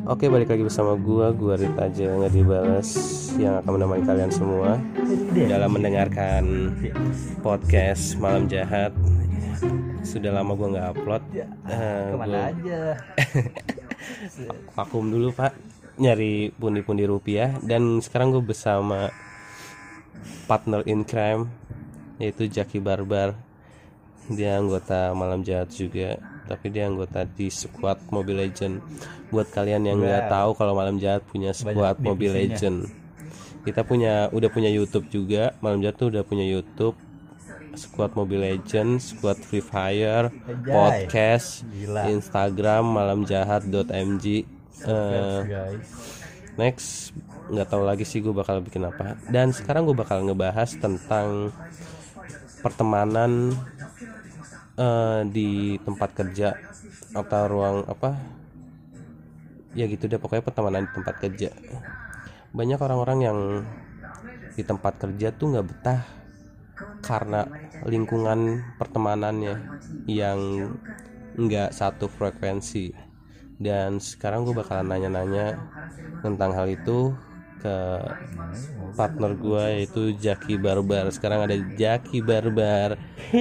Oke, balik lagi bersama gua Rita aja nggak dibalas, yang akan menemani kalian semua dalam mendengarkan podcast Malam Jahat. Sudah lama gua nggak upload. Kemana aja? Vakum dulu pak, nyari pundi-pundi rupiah. Dan sekarang gue bersama partner in crime, yaitu Jaki Barbar. Dia anggota Malam Jahat juga, tapi dia anggota di squad Mobile Legend. Buat kalian yang nggak tahu kalau Malam Jahat punya squad Mobile Legend, kita udah punya YouTube juga. Malam Jahat tuh udah punya YouTube, squad Mobile Legend, squad Free Fire, podcast, Instagram malamjahat.mg. Next, nggak tahu lagi sih gue bakal bikin apa. Dan sekarang gue bakal ngebahas tentang pertemanan di tempat kerja atau ruang apa ya gitu deh, pokoknya pertemanan di tempat kerja. Banyak orang-orang yang di tempat kerja tuh nggak betah karena lingkungan pertemanannya yang nggak satu frekuensi. Dan sekarang gue bakalan nanya-nanya tentang hal itu ke partner gue, yaitu Jaki Barbar. Sekarang ada Jaki Barbar.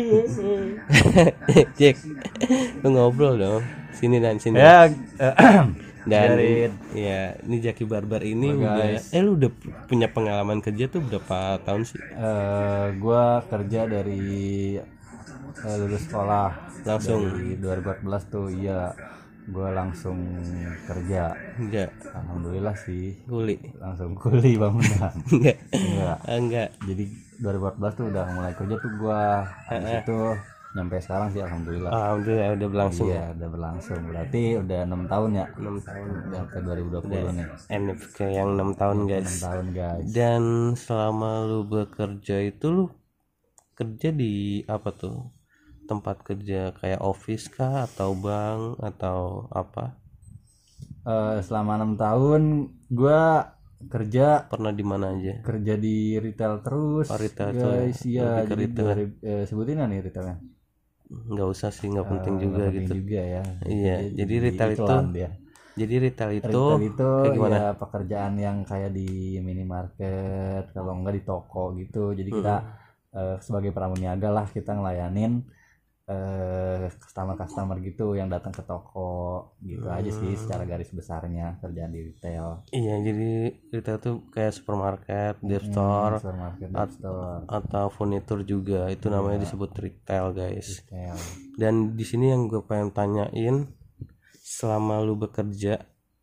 Jack, lu ngobrol dong. Sini dan sini. Ya, Dan ya, ini Jaki Barbar ini lu udah punya pengalaman kerja tuh berapa tahun sih? Gua kerja dari lulus sekolah Langsung dari 2014 tuh, iya. Gua langsung kerja. enggak Alhamdulillah sih. kuli. Langsung kuli bangunan. Enggak. Jadi 2014 tuh udah mulai kerja tuh gua. Habis itu nyampe sekarang sih alhamdulillah. Alhamdulillah udah berlangsung. Iya, udah berlangsung. Berarti udah 6 tahun ya. 6 tahun. Udah ke 2020 nih. NFK yang 6 tahun guys. 6 tahun guys. Dan selama lu bekerja itu lu kerja di apa tuh? Tempat kerja kayak office kah atau bank atau apa? Selama 6 tahun gua kerja Pernah di mana aja? kerja di retail terus. Retail guys, iya. lebih ke Jadi sebutin nggak nih retailnya? Nggak usah sih, nggak penting juga Penting gitu. juga ya. Iya, jadi retail itu iklan dia. Jadi retail itu Retail kayak gimana? ya pekerjaan yang kayak di minimarket, kalau enggak di toko gitu. Jadi kita sebagai pramuniaga lah, kita ngelayanin customer gitu yang datang ke toko gitu aja sih secara garis besarnya kerjaan di retail. Iya, jadi retail tuh kayak supermarket, deep store, Supermarket, store, atau furnitur juga. Itu namanya disebut retail, guys. retail. Dan di sini yang gue pengen tanyain, selama lu bekerja,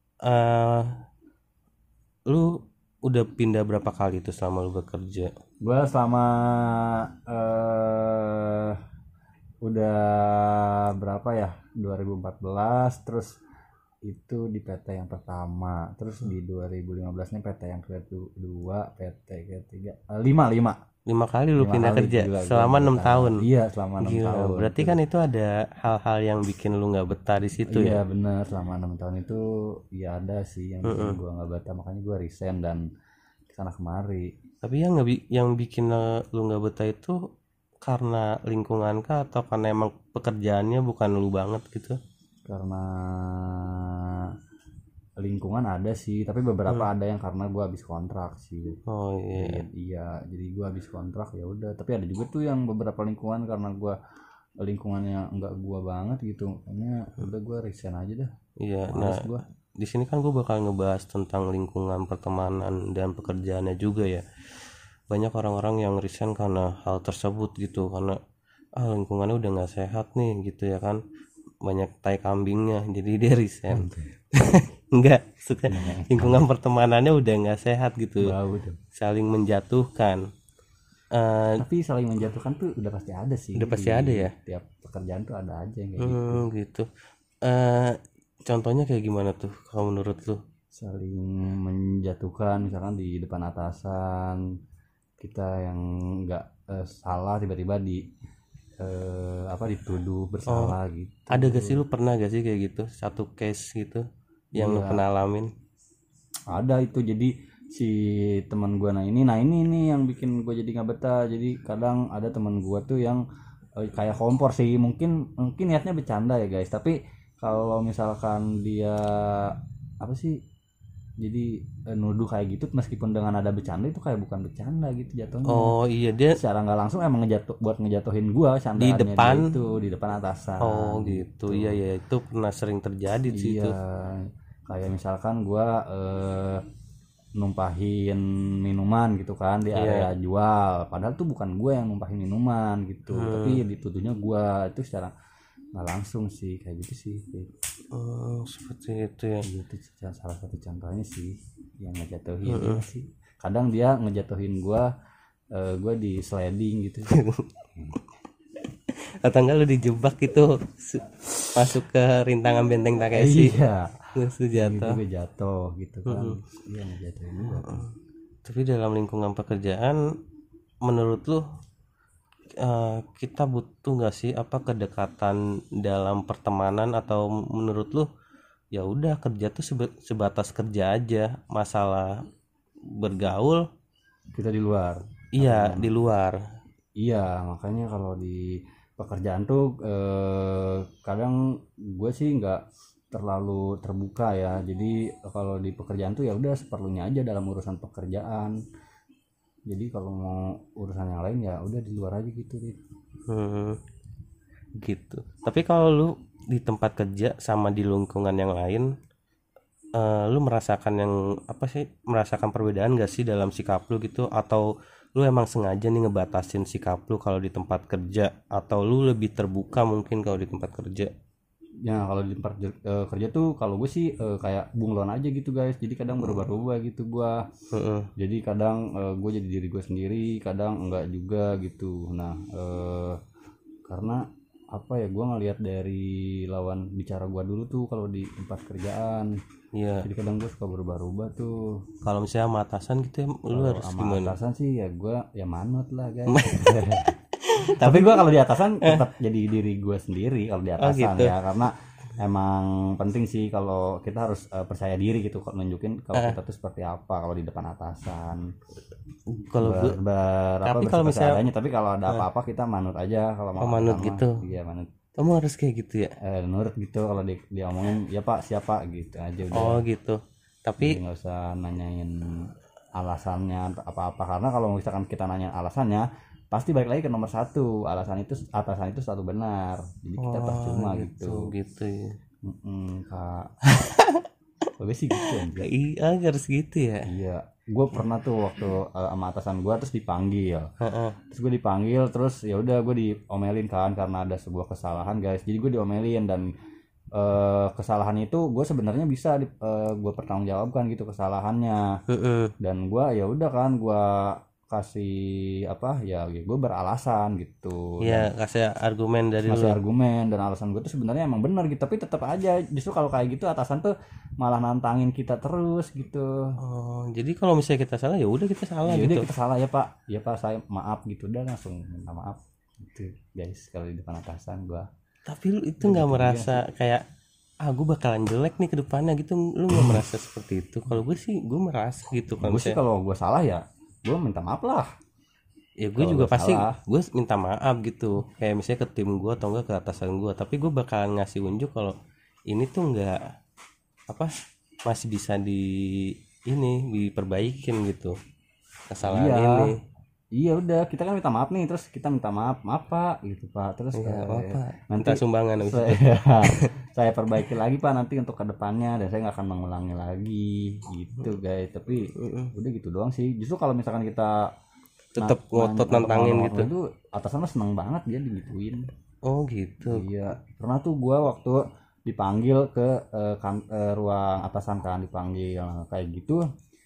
lu udah pindah berapa kali tuh selama lu bekerja? Gua selama udah berapa ya, 2014, terus itu di PT yang pertama, terus di 2015 nih PT yang kedua, PT ketiga, 5 kali lu pindah kali, kerja gila, selama 6 tahun. Iya, selama 6 Gila, tahun. berarti kan itu ada hal-hal yang bikin lu nggak betah di situ Iya, ya? bener, selama 6 tahun itu ya ada sih yang bikin gua nggak betah, makanya gua resign dan kesana kemari. Tapi yang bikin lu nggak betah itu karena lingkungan kah, atau karena emang pekerjaannya bukan lu banget gitu? Karena lingkungan ada sih, tapi beberapa ada yang karena gue habis kontrak sih. Oh iya. Iya, jadi gue habis kontrak ya udah. Tapi ada juga tuh yang beberapa lingkungan karena gue lingkungannya enggak gue banget gitu, makanya udah gue resign aja dah. Iya. Males Nah, gua. di sini kan gue bakal ngebahas tentang lingkungan pertemanan dan pekerjaannya juga ya. Banyak orang-orang yang resign karena hal tersebut gitu, karena lingkungannya udah nggak sehat nih gitu ya kan, banyak tai kambingnya, jadi dia resign. Enggak, lingkungan pertemanannya udah nggak sehat gitu, Bau tuh. saling menjatuhkan. Tapi saling menjatuhkan tuh udah pasti ada sih. Udah pasti ada ya. Tiap pekerjaan tuh ada aja yang kayak gitu. Gitu. Contohnya kayak gimana tuh kalau menurut lu? Saling menjatuhkan, misalkan di depan atasan kita yang enggak salah tiba-tiba dituduh bersalah gitu. Ada gak sih, lu pernah gak sih kayak gitu, satu case gitu yang lu pernah alamin? Ada itu, jadi si teman gue ini nih yang bikin gue jadi nggak betah. Jadi kadang ada teman gue tuh yang kayak kompor sih, mungkin niatnya bercanda ya guys, tapi kalau misalkan dia apa sih, jadi nuduh kayak gitu meskipun dengan ada bercanda itu kayak bukan bercanda gitu jatuhnya. Oh iya, dia Secara nggak langsung emang buat ngejatuhin gua, di candaannya depan. dia itu di depan atasan. Oh gitu. Iya ya, itu pernah sering terjadi sih Iya, itu. kayak misalkan gua numpahin minuman gitu kan di area jual, padahal tuh bukan gua yang numpahin minuman gitu, tapi dituduhnya gua. Itu secara nggak langsung sih kayak gitu sih. Seperti itu ya. Iya, itu salah satu contohnya sih yang ngejatuhin dia sih. Kadang dia ngejatuhin gua di sliding gitu. Atau enggak lu dijebak gitu, masuk ke rintangan benteng Takeshi, Iya, terus lu gitu jatuh. gue jatuh gitu kan. Iya, ngejatuhin gua tuh. Tapi dalam lingkungan pekerjaan, menurut lu kita butuh nggak sih apa kedekatan dalam pertemanan, atau menurut lu ya udah kerja tuh sebatas kerja aja, masalah bergaul Kita di luar. iya di luar. Iya, makanya kalau di pekerjaan tuh kadang gue sih nggak terlalu terbuka ya. Jadi kalau di pekerjaan tuh ya udah seperlunya aja dalam urusan pekerjaan. Jadi kalau mau urusan yang lain ya udah di luar aja gitu. Gitu. Tapi kalau lu di tempat kerja sama di lingkungan yang lain, lu merasakan yang apa sih, merasakan perbedaan gak sih dalam sikap lu gitu, atau lu emang sengaja nih ngebatasin sikap lu kalau di tempat kerja, atau lu lebih terbuka mungkin kalau di tempat kerja? Ya kalau di tempat kerja tuh kalau gue sih kayak bunglon aja gitu guys. Jadi kadang berubah-ubah gitu gue. Jadi kadang gue jadi diri gue sendiri, kadang enggak juga gitu. Nah karena apa ya, gue ngelihat dari lawan bicara gue dulu tuh kalau di tempat kerjaan. Iya. Jadi kadang gue suka berubah-ubah tuh. Kalau misalnya sama atasan gitu lu Kalau harus sama gimana? atasan sih ya gue ya manut lah guys. Tapi gue kalau di atasan tetap jadi diri gue sendiri kalau di atasan gitu. ya, karena emang penting sih kalau kita harus percaya diri gitu, kalau nunjukin kalau kita tuh seperti apa kalau di depan atasan. Kalau gue tapi kalau misalnya adanya, tapi kalau ada apa-apa kita manut aja kalau mau manut sama. gitu. Iya, manut. Kamu harus kayak gitu ya? Nurut gitu kalau dia omongin ya pak siapa gitu aja udah. Oh gitu. Tapi nggak usah nanyain alasannya atau apa-apa, karena kalau misalkan kita nanyain alasannya pasti balik lagi ke nomor satu, atasan itu selalu benar, jadi kita percuma gitu. Gitu ya. Kak, gue sih gitu aja. Iya harus gitu ya. Iya, gue pernah tuh waktu sama atasan gue terus dipanggil. Terus gue dipanggil terus ya udah gue diomelin kan karena ada sebuah kesalahan guys. Jadi gue diomelin dan kesalahan itu gue sebenarnya bisa gue pertanggungjawabkan gitu kesalahannya. Dan gue ya udah kan gue kasih apa ya, gue beralasan gitu. Iya, kasih argumen dari Kasih lu. argumen dan alasan gue tuh sebenarnya emang benar gitu, tapi tetap aja justru kalau kayak gitu atasan tuh malah nantangin kita terus gitu. Oh, jadi kalau misalnya kita salah ya udah kita salah Ya udah gitu. kita salah ya pak saya maaf gitu, udah langsung minta maaf gitu guys kalau di depan atasan gue. Tapi lu itu nggak merasa kayak gue bakalan jelek nih ke depannya gitu, lu nggak merasa seperti itu? Kalau gue sih gue merasa gitu. Gue sih kalau gue salah ya gue minta maaf lah. Ya gue juga pasti gue minta maaf gitu, kayak misalnya ke tim gue atau enggak ke atasan gue, tapi gue bakalan ngasih unjuk kalau ini tuh nggak apa, masih bisa diperbaikin gitu kesalahan ini. Iya udah, kita kan minta maaf nih, terus kita minta maaf pak gitu pak, terus nanti sumbangan saya perbaiki lagi pak nanti untuk kedepannya, dan saya nggak akan mengulangi lagi gitu guys. Tapi udah gitu doang sih. Justru kalau misalkan kita tetap ngotot nantangin gitu, itu atasan mah seneng banget dia digituin. Oh gitu. Iya, pernah tuh gua waktu dipanggil ke ruang atasan kan, dipanggil kayak gitu.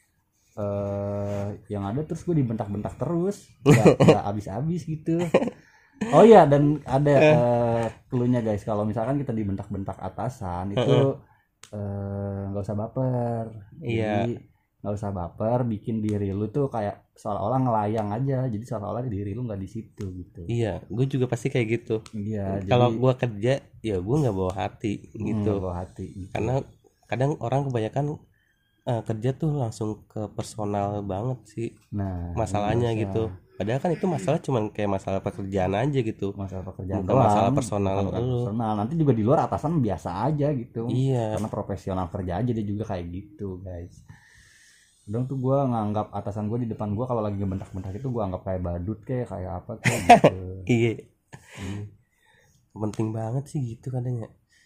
Yang ada terus gue dibentak-bentak terus, nggak habis-habis gitu. Oh iya, dan ada cluenya guys, kalau misalkan kita dibentak-bentak atasan itu nggak usah baper. Iya. Jadi nggak usah baper, bikin diri lu tuh kayak seolah-olah ngelayang aja, jadi seolah-olah diri lu nggak di situ gitu. Iya, gue juga pasti kayak gitu. Iya. Kalau gue kerja ya gue nggak bawa hati gitu. Bawa hati. Gitu. Karena kadang orang kebanyakan kerja tuh langsung ke personal banget sih. Nah, masalahnya gitu. padahal kan itu masalah cuman kayak masalah pekerjaan aja gitu, masalah pekerjaan bukan doang, masalah personal bukan lu. personal. Nanti juga di luar atasan biasa aja gitu, Iya. karena profesional kerja aja dia juga kayak gitu guys. Kadang tuh gue nganggap atasan gue di depan gue kalau lagi ngebentak-bentak itu gue anggap kayak badut kayak apa kayak gitu. Iya. Penting banget sih gitu kadang ya.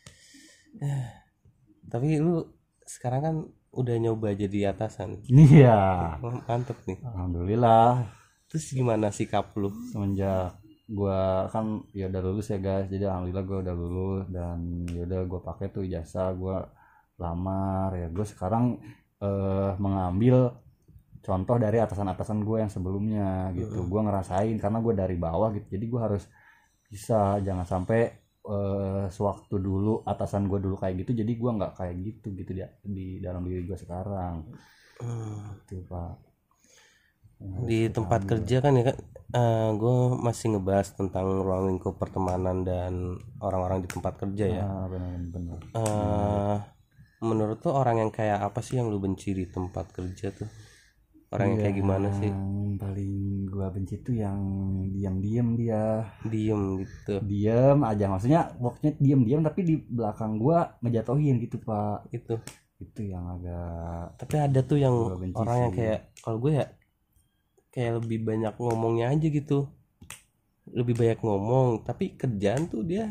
Tapi lu sekarang kan udah nyoba jadi atasan. Iya, Mantep nih. alhamdulillah. Terus gimana sikap lu? Semenjak gue kan ya udah lulus ya guys, jadi alhamdulillah gue udah lulus dan ya udah gue pakai tuh ijazah, gue lamar ya. Gue sekarang mengambil contoh dari atasan-atasan gue yang sebelumnya gitu. Gue ngerasain karena gue dari bawah gitu, jadi gue harus bisa, jangan sampai sewaktu dulu atasan gue dulu kayak gitu jadi gue nggak kayak gitu di dalam diri gue sekarang. Gitu pak. Di tempat kerja kan ya kan, gue masih ngebahas tentang ruang lingkup pertemanan dan orang-orang di tempat kerja ya. Benar. Menurut tuh orang yang kayak apa sih yang lu benci di tempat kerja tuh? Orang yang kayak gimana sih? Yang paling gue benci tuh yang diam-diam dia. Diem gitu. Diam aja, maksudnya waktunya diam-diam tapi di belakang gue ngejatohin gitu pak. Itu yang agak. tapi ada tuh yang Gua benci orang yang sih. kayak, kalau gue ya kayak lebih banyak ngomongnya aja gitu, lebih banyak ngomong tapi kerjaan tuh dia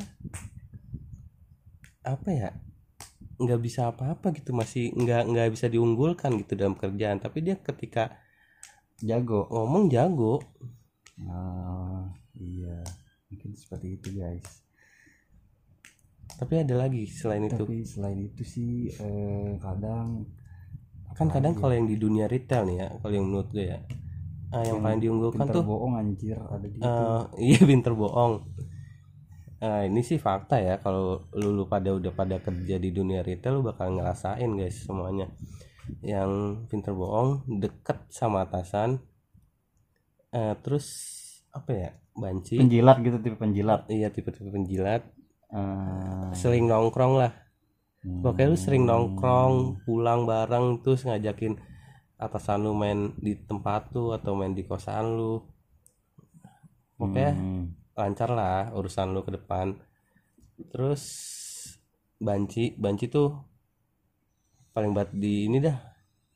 apa ya, nggak bisa apa-apa gitu, masih nggak bisa diunggulkan gitu dalam kerjaan, tapi dia ketika Jago. ngomong jago. Iya mungkin seperti itu guys. Tapi ada lagi selain itu Tapi selain itu sih kadang kan, kadang kalau yang di dunia retail nih ya, kalau yang menurut gue ya, yang paling diunggulkan pinter tuh bohong anjir ada di itu. iya pinter bohong. Ini sih fakta ya, kalau lu pada udah pada kerja di dunia retail lu bakal ngerasain guys semuanya. Yang pinter bohong, deket sama atasan, terus apa ya, banci. Penjilat gitu, tipe penjilat. Iya, tipe-tipe penjilat. Eh, Sering nongkrong lah. Pokoknya lu sering nongkrong, pulang bareng, terus ngajakin atasan lu main di tempat lu atau main di kosan lu. Pokoknya lancar lah urusan lu ke depan. Terus banci tuh paling banget di ini dah.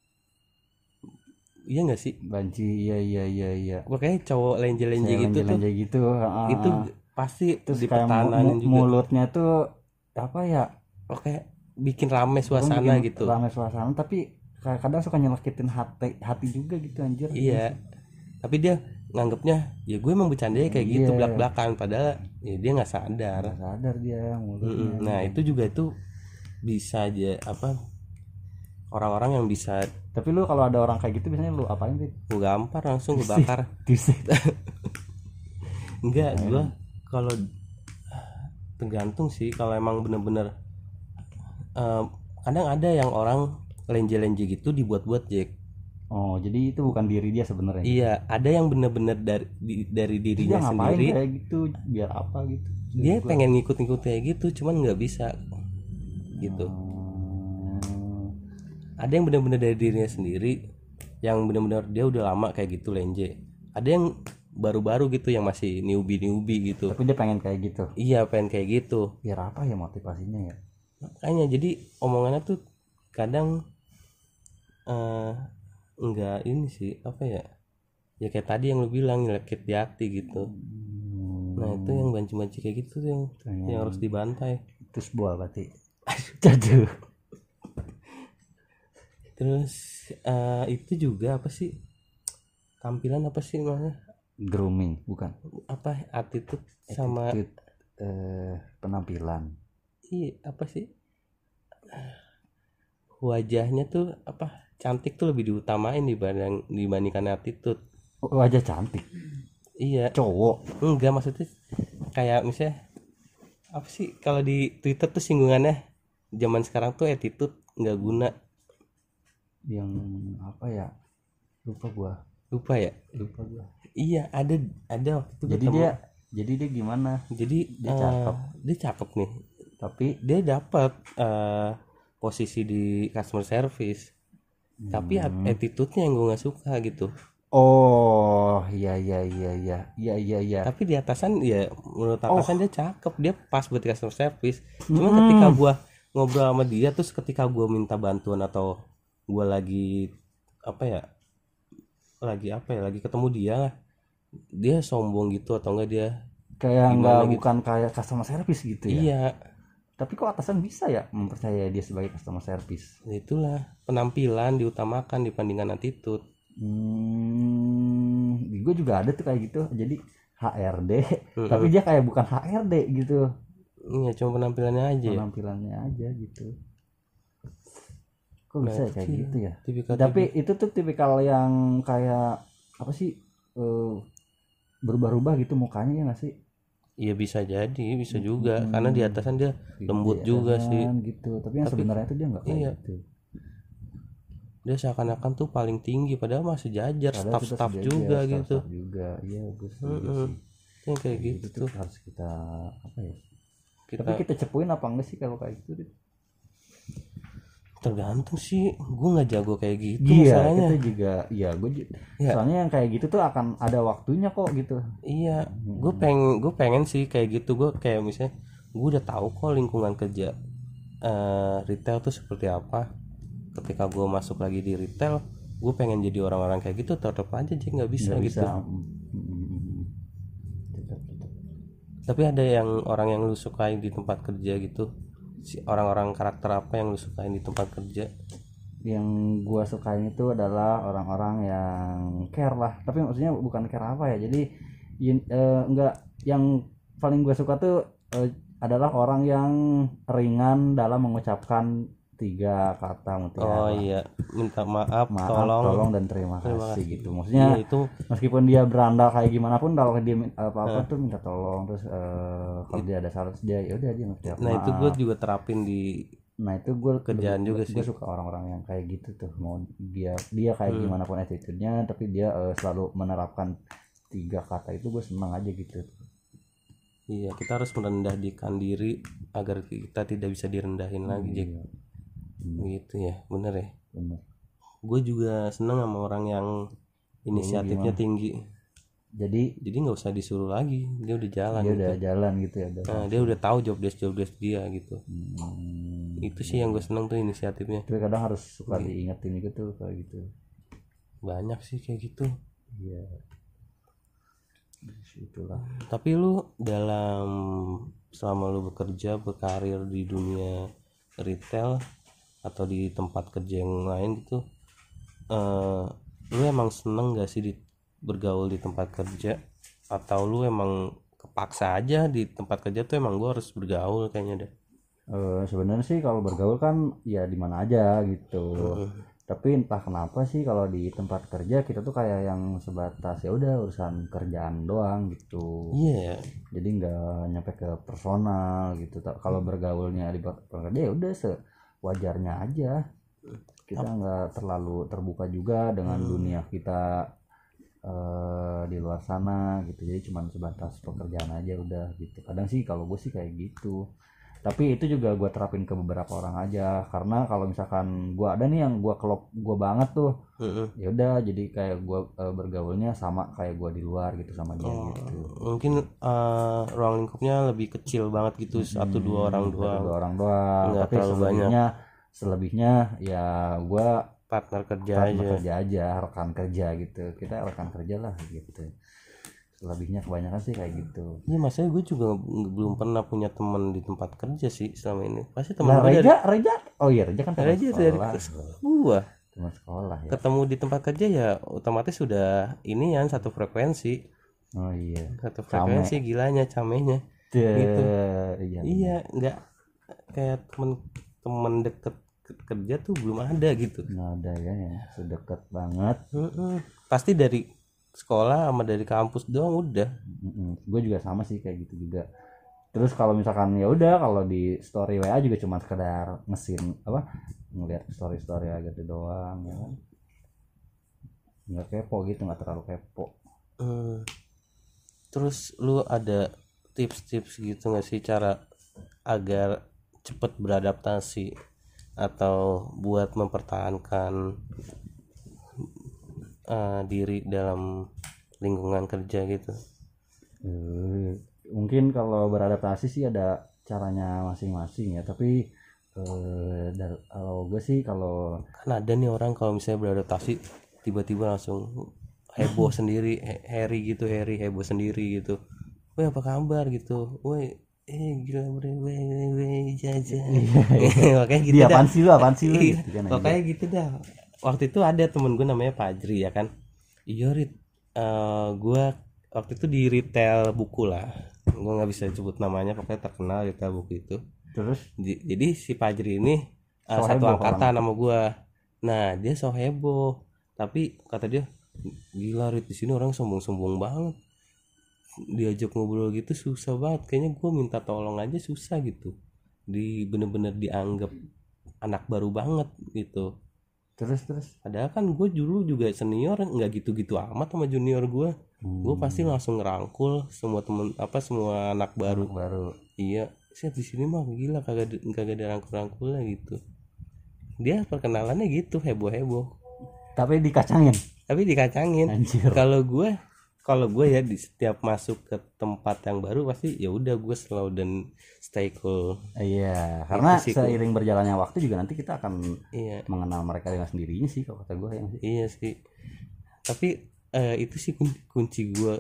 Iya nggak sih? banci, iya. Pokoknya cowok lenje-lenje gitu tuh. Lenje gitu. Itu pasti terus di kayak pertananan juga. mulutnya tuh apa ya? Oke, bikin rame suasana gitu. Rame suasana, tapi kadang suka nyelekitin hati juga gitu anjir. Iya. Tapi dia nganggapnya ya gue emang bercandanya kayak gitu belak-belakan, padahal ya dia nggak sadar. Nggak sadar dia mulutnya. Nah itu juga itu bisa aja apa, orang-orang yang bisa. Tapi lu kalau ada orang kayak gitu biasanya lu apain sih? Gue gampar langsung gue bakar. Enggak, gue kalau tergantung sih, kalau emang bener-bener kadang ada yang orang lenje-lenje gitu dibuat-buat Jack. Oh jadi itu bukan diri dia sebenarnya. Iya, ada yang bener-bener dari dirinya dia ngapain sendiri kayak gitu biar apa gitu. Dia pengen ngikut-ngikut kayak gitu, cuman nggak bisa gitu. Ada yang benar-benar dari dirinya sendiri, yang benar-benar dia udah lama kayak gitu lenje. Ada yang baru-baru gitu, yang masih newbie gitu. Tapi dia pengen kayak gitu. Iya, pengen kayak gitu. Biar apa ya motivasinya ya? Makanya jadi omongannya tuh kadang enggak ini sih, apa ya? Ya kayak tadi yang lu bilang, nyelekit di hati gitu. Nah itu yang banci-banci kayak gitu tuh yang harus dibantai. Itu sebuah berarti. Jatuh. Terus itu juga apa sih, tampilan apa sih namanya, Grooming bukan? apa, attitude sama penampilan. iya apa sih, wajahnya tuh apa, cantik tuh lebih diutamain dibandingkan attitude. Wajah cantik Iya, cowok. enggak, maksudnya kayak misalnya apa sih, kalau di Twitter tuh singgungannya zaman sekarang tuh attitude nggak guna. Yang apa ya, lupa ya gua. Iya, ada waktu itu jadi dia gimana, jadi dia cakep nih, tapi dia dapat posisi di customer service, tapi attitude-nya yang gue nggak suka gitu. Oh, iya iya iya iya iya iya iya. Tapi di atasan ya menurut Oh, atasan dia cakep, dia pas buat customer service. Cuma ketika gua ngobrol sama dia, terus ketika gua minta bantuan atau gua lagi apa ya, lagi ketemu dia lah, dia sombong gitu atau enggak dia kayak nggak gimana gitu. bukan kayak customer service gitu ya. Iya, Tapi kok atasan bisa ya mempercayai dia sebagai customer service? itulah penampilan diutamakan dibandingkan attitude. Gue juga ada tuh kayak gitu. Jadi HRD, tapi Mm-mm. dia kayak bukan HRD gitu, Iya, cuma penampilannya aja ya. penampilannya aja gitu. Kok Nah bisa ya itu kayak sih gitu ya? Tapi tipikal-tipikal. itu tuh tipikal yang kayak apa sih? eh, Berubah-ubah gitu mukanya ya nggak sih? Iya bisa jadi, bisa juga karena di atasan dia lembut Di juga sih. atasan gitu. Tapi yang Tapi sebenarnya itu dia nggak kayak iya, gitu. dia seakan-akan tuh paling tinggi padahal masih jajar Padahal kita staff-staff sejajar, juga gitu. staff-staff juga. Iya, gue setuju Mm-mm. sih. Yang kayak Kayak gitu gitu tuh tuh harus kita apa ya? Tapi kita kita cepuin apa enggak sih kalau kayak gitu? Dit? tergantung sih, gue nggak jago kayak gitu Iya, masalahnya. kita juga, iya Ya soalnya yang kayak gitu tuh akan ada waktunya kok gitu. iya, gue pengen sih kayak gitu. Gue kayak misalnya gue udah tahu kok lingkungan kerja retail tuh seperti apa. Ketika gue masuk lagi di retail, gue pengen jadi orang-orang kayak gitu, tetap aja sih nggak bisa Nggak gitu. bisa. Tetap. Tapi ada yang orang yang lu sukain di tempat kerja gitu, si orang-orang karakter apa yang lu sukain di tempat kerja? Yang gua sukain itu adalah orang-orang yang care lah, tapi maksudnya bukan care apa ya, jadi enggak, yang paling gua suka tuh adalah orang yang ringan dalam mengucapkan 3 kata Oh mutiara. iya, minta maaf, Maaf, tolong, tolong, dan terima terima kasih kasih. gitu. Iya Maksudnya itu meskipun dia berandal kayak gimana pun, kalau dia apa-apa tuh minta tolong, terus kalau dia ada salah dia ya udah dia ngucap nah itu gue maaf. juga terapin di Nah itu gue kerjaan juga gue sih. suka orang-orang yang kayak gitu tuh, mau dia kayak gimana pun attitude-nya, tapi dia selalu menerapkan 3 kata itu, gue senang aja gitu. Iya, kita harus merendahkan diri agar kita tidak bisa direndahin lagi, Jack. Iya, Gitu ya, bener ya. bener. Gue juga seneng sama orang yang inisiatifnya tinggi. Jadi Jadi nggak usah disuruh lagi, dia udah jalan dia gitu. udah jalan gitu ya, udah. Nah, dia udah tahu job desk dia gitu. Hmm, Itu sih yang gue seneng tuh inisiatifnya. tapi kadang harus suka diingetin gitu kayak gitu. Banyak sih kayak gitu. Iya, itulah. Tapi lu selama lu bekerja berkarir di dunia retail atau di tempat kerja yang lain gitu, lu emang seneng gak sih bergaul di tempat kerja, atau lu emang kepaksa aja di tempat kerja tuh emang gua harus bergaul kayaknya deh? Sebenarnya sih kalau bergaul kan ya di mana aja gitu. Tapi entah kenapa sih kalau di tempat kerja kita tuh kayak yang sebatas ya udah urusan kerjaan doang gitu. Iya. Jadi nggak nyampe ke personal gitu. Kalau bergaulnya di tempat kerja ya udah sewajarnya aja. Kita nggak terlalu terbuka juga dengan dunia kita di luar sana gitu. Jadi cuman sebatas pekerjaan aja udah gitu. Kadang sih kalau gue sih kayak gitu. Tapi itu juga gue terapin ke beberapa orang aja, karena kalau misalkan gue ada nih yang gue klop gue banget tuh, ya udah jadi kayak gue bergaulnya sama kayak gue di luar gitu sama dia gitu. Mungkin ruang lingkupnya lebih kecil banget gitu, 1-2 orang Satu doang, dua orang doang, nggak tapi terlalu banyak. selebihnya ya gue Partner kerja partner aja. kerja aja, rekan kerja gitu, kita rekan kerja lah gitu. Selebihnya kebanyakan sih kayak gitu. Iya, maksudnya gue juga belum pernah punya teman di tempat kerja sih selama ini. Pasti Nah, teman gue dari Reja kan teman sekolah. gua Teman sekolah ya. ketemu di tempat kerja ya otomatis sudah ini yang satu frekuensi, Oh iya. gilanya camenya gitu. Iya. Iya, nggak kayak temen deket kerja tuh belum ada gitu. Nggak ada ya, sedekat banget. Pasti dari sekolah sama dari kampus doang udah. Gue juga sama sih kayak gitu juga. Terus kalau misalkan ya udah, kalau di story WA juga cuma sekedar ngesin apa, ngeliat story aja gitu doang ya kan. Nggak kepo gitu, nggak terlalu kepo. Terus lu ada tips-tips gitu nggak sih cara agar cepet beradaptasi atau buat mempertahankan diri dalam lingkungan kerja gitu. Mungkin kalau beradaptasi sih ada caranya masing-masing ya, tapi kalau gue sih kalau Kan ada nih orang kalau misalnya beradaptasi tiba-tiba langsung heboh sendiri, Harry heboh sendiri gitu. Woi apa kabar gitu, woi gila bre, woi jajan. Makanya gitu dia dah. apaan sih lu Iya, gitu kan. makanya gitu dah. Waktu itu ada temen gue namanya Fajri ya kan. Iya Rit, gue waktu itu di retail buku lah. Gue nggak bisa sebut namanya, pokoknya terkenal retail buku itu. Terus Jadi si Fajri ini So satu heboh angkatan sama gue. Nah dia so heboh, tapi kata dia gila Rit, di sini orang sombong-sombong banget, diajak ngobrol gitu susah banget, kayaknya gue minta tolong aja susah gitu, bener-bener dianggap anak baru banget gitu. terus Padahal kan gue dulu juga senior, nggak gitu-gitu amat sama junior gue. Gue pasti langsung ngerangkul semua temen semua anak baru. baru Iya, sih di sini mah gila kagak ada rangkul-rangkulnya gitu. Dia perkenalannya gitu heboh-heboh, tapi dikacangin. tapi dikacangin. Anjir. Kalau gue ya di setiap masuk ke tempat yang baru pasti ya udah gue slow dan stay cool. Iya, karena sih, seiring berjalannya waktu juga nanti kita akan Iya, mengenal mereka dengan sendirinya sih kalau kata gue yang sih. iya sih. Tapi itu sih kunci gue.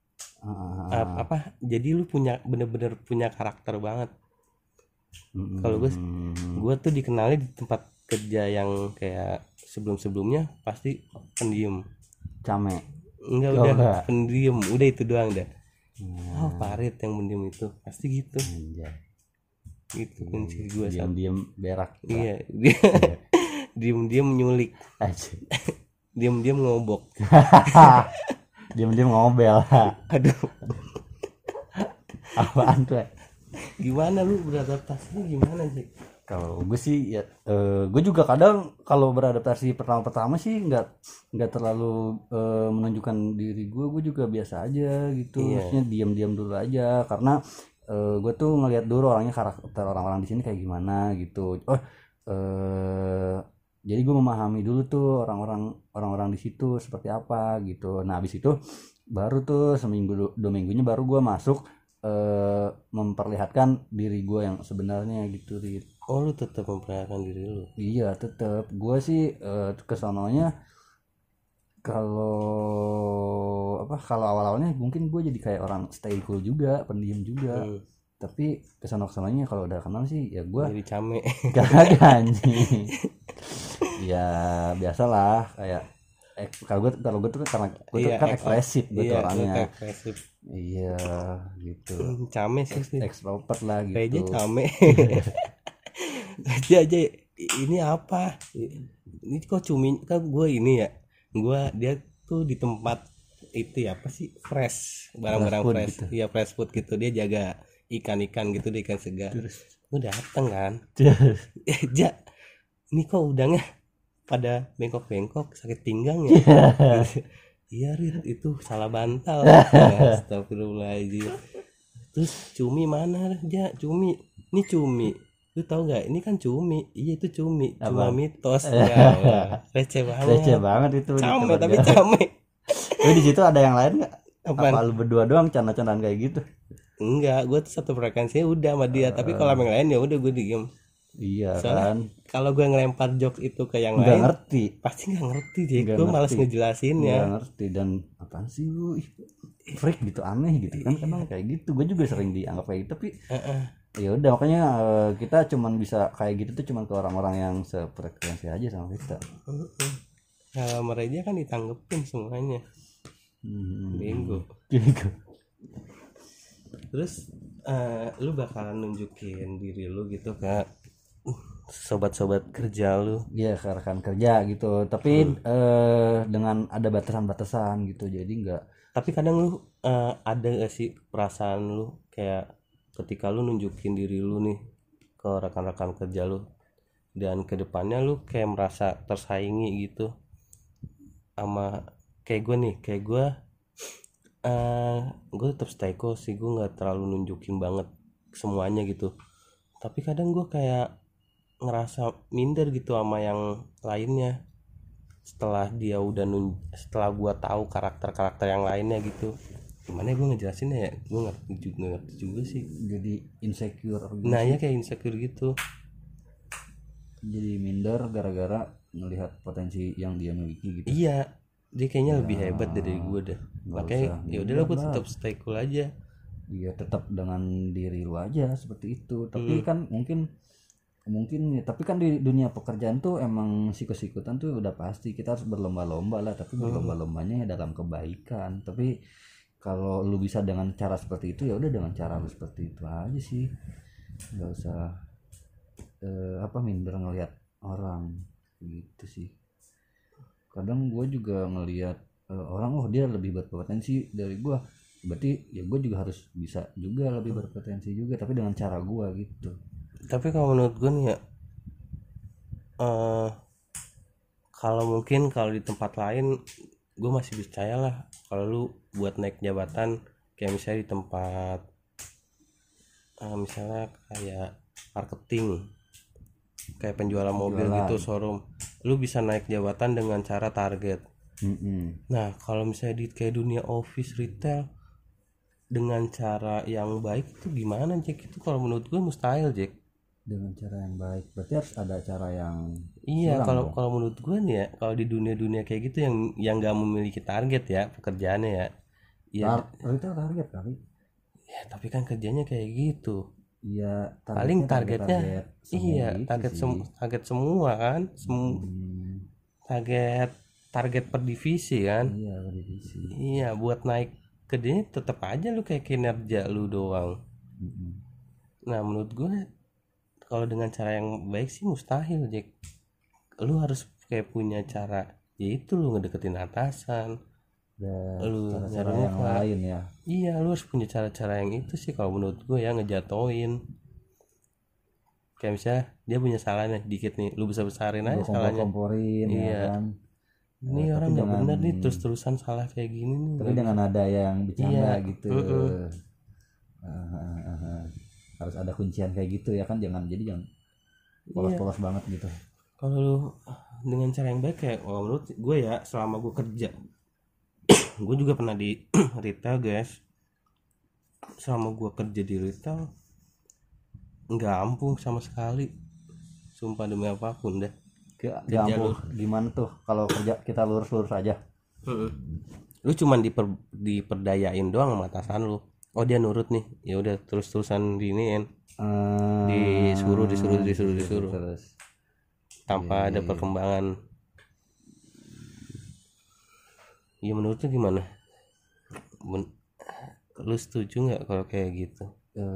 Jadi lu bener-bener punya karakter banget. Kalau gue tuh dikenalnya di tempat kerja yang kayak sebelumnya pasti pendiam. Came. Enggak, Oh, udah enggak. pendiam, udah itu doang dah. Parit yang pendiam itu pasti gitu. Anjay. Itu kunci gue. Diam-diam berak. Iya, dia diem-diem nyulik, Anjay. diem-diem ngobok. Diam-diam ngobel. Aduh, Apaan tuh? gimana lu beradaptasinya gimana sih? Kalau gue sih ya, gue juga kadang kalau beradaptasi pertama sih nggak terlalu menunjukkan diri gue juga biasa aja gitu. Maksudnya diam-diam dulu aja karena gue tuh ngelihat dulu orangnya, karakter orang-orang di sini kayak gimana gitu. Jadi gue memahami dulu tuh orang-orang di situ seperti apa gitu. Nah habis itu baru tuh seminggu 2 minggunya baru gue masuk memperlihatkan diri gue yang sebenarnya gitu. Oh, lu tetap memperlihatkan diri lu? Iya tetap, gue sih kesononya kalau awal-awalnya mungkin gue jadi kayak orang stay cool juga, pendiam juga. Tapi kesononya kalau udah kenal sih ya gue Jadi came. kagak anjing. Ya biasalah kayak kalau gue tuh karena gue tuh kan ekspresif betul orangnya. Ekspresif. Iya gitu. Came sih. Extrovert lah gitu. Kayaknya came. aja ini apa? Ini kok cumi kan gue ini ya. Dia tuh di tempat itu ya apa sih? Fresh, barang-barang fresh. Gitu. Iya, fresh food gitu. Dia jaga ikan-ikan gitu, di ikan segar. Gue dateng kan. Ja, ini kok udangnya pada bengkok-bengkok, sakit pinggang ya? Iya Rit, itu salah bantal. Astagfirullahaladzim. Terus cumi mana Ja? Cumi, ini cumi. Lu tahu nggak? Ini kan cumi. Iya itu cumi. Cuma mitos. Ya, receh banget. Itu. Came tapi came. Tapi di situ ada yang lain nggak? Apaan? Apa lu berdua doang canda-candaan kayak gitu? Enggak, gue tuh satu frekuensi udah sama dia. Tapi kalau yang lain ya udah gue diem. Iya. Soalnya Kan kalau gue ngelempar jokes itu ke yang nggak lain ngerti. pasti nggak ngerti deh. Gue malas ngejelasinnya. Nggak ngerti dan apaan sih lu? Freak gitu, aneh gitu kan. Kadang kayak gitu. Gue juga sering dianggap kayak gitu tapi ya udah makanya kita cuman bisa kayak gitu tuh cuman ke orang-orang yang sefrekuensi aja sama kita. Kalau mereka kan ditanggepin semuanya. Bego. Terus lu bakalan nunjukin diri lu gitu ke sobat-sobat kerja lu? Iya, ke rekan kerja gitu. Tapi dengan ada batasan-batasan gitu. Jadi enggak. Tapi kadang lu ada gak sih perasaan lu kayak ketika lu nunjukin diri lu nih ke rekan-rekan kerja lu dan kedepannya lu kayak merasa tersaingi gitu sama kayak gue tetap stay cool sih, gue nggak terlalu nunjukin banget semuanya gitu. Tapi kadang gue kayak ngerasa minder gitu sama yang lainnya. setelah dia udah setelah gua tahu karakter yang lainnya gitu. Gimana ya gua ngejelasinnya ya, gua ngerti juga sih. Jadi insecure gitu. Nah ya kayak insecure gitu. Jadi minder gara-gara melihat potensi yang dia miliki gitu. Iya, dia kayaknya lebih hebat dari gue dah. Nggak Makanya usah ya udahlah gue minder lah. tetap stay cool aja. Iya, tetap dengan diri lu aja seperti itu. Tapi kan mungkin ya, tapi kan di dunia pekerjaan tuh emang sikut-sikutan tuh udah pasti, kita harus berlomba-lomba lah, tapi berlomba-lombanya ya dalam kebaikan. Tapi kalau lu bisa dengan cara seperti itu, ya udah dengan cara lu seperti itu aja sih. Nggak usah minder ngelihat orang gitu sih. Kadang gue juga ngelihat orang, dia lebih berpotensi dari gue, berarti ya gue juga harus bisa juga lebih berpotensi juga, tapi dengan cara gue gitu. Tapi kalau menurut gue nih ya, kalau mungkin kalau di tempat lain gue masih percaya lah kalau lu buat naik jabatan, kayak misalnya di tempat misalnya kayak marketing, kayak penjualan mobil gitu, showroom, lu bisa naik jabatan dengan cara target. Nah kalau misalnya di kayak dunia office retail dengan cara yang baik itu gimana Jack? Itu kalau menurut gue mustahil Jack. Dengan cara yang baik berarti harus ada cara yang Iya, kalau menurut gue nih ya, kalau di dunia kayak gitu yang nggak memiliki target ya pekerjaannya ya. Iya. Retail target kali. Ya tapi kan kerjanya kayak gitu. Iya, Paling targetnya iya gitu target semua kan, target per divisi kan. Iya, per divisi. Iya, buat naik kerjanya tetap aja lu kayak kinerja lu doang. Nah menurut gue kalau dengan cara yang baik sih mustahil Jack. Lu harus kayak punya cara, yaitu lu ngedeketin atasan, lu cara yang lain ya. Iya, lu harus punya cara-cara yang itu sih kalau menurut gue ya, ngejatoin. Kayak misalnya dia punya salah nih dikit nih, lu besar-besarin aja salahnya. Komporin Iya. ya kan. Ini orang nggak benar nih terus-terusan salah kayak gini nih. Tapi dengan ada yang bercanda gitu. Harus ada kuncian kayak gitu ya kan, jangan polos-polos banget gitu. Kalau lu dengan cara yang baik kayak menurut gue ya, selama gue kerja gue juga pernah di retail guys. Selama gue kerja di retail nggak ampuh sama sekali, sumpah demi apapun dah. Nggak ampuh gimana tuh kalau kerja kita lurus-lurus aja. Lu cuman diperdayain doang sama atasan lu. Oh dia nurut nih, ya udah terus-terusan diniin, disuruh terus. Tanpa ada perkembangan. Ya menurut lu gimana? Lu setuju nggak kalau kayak gitu?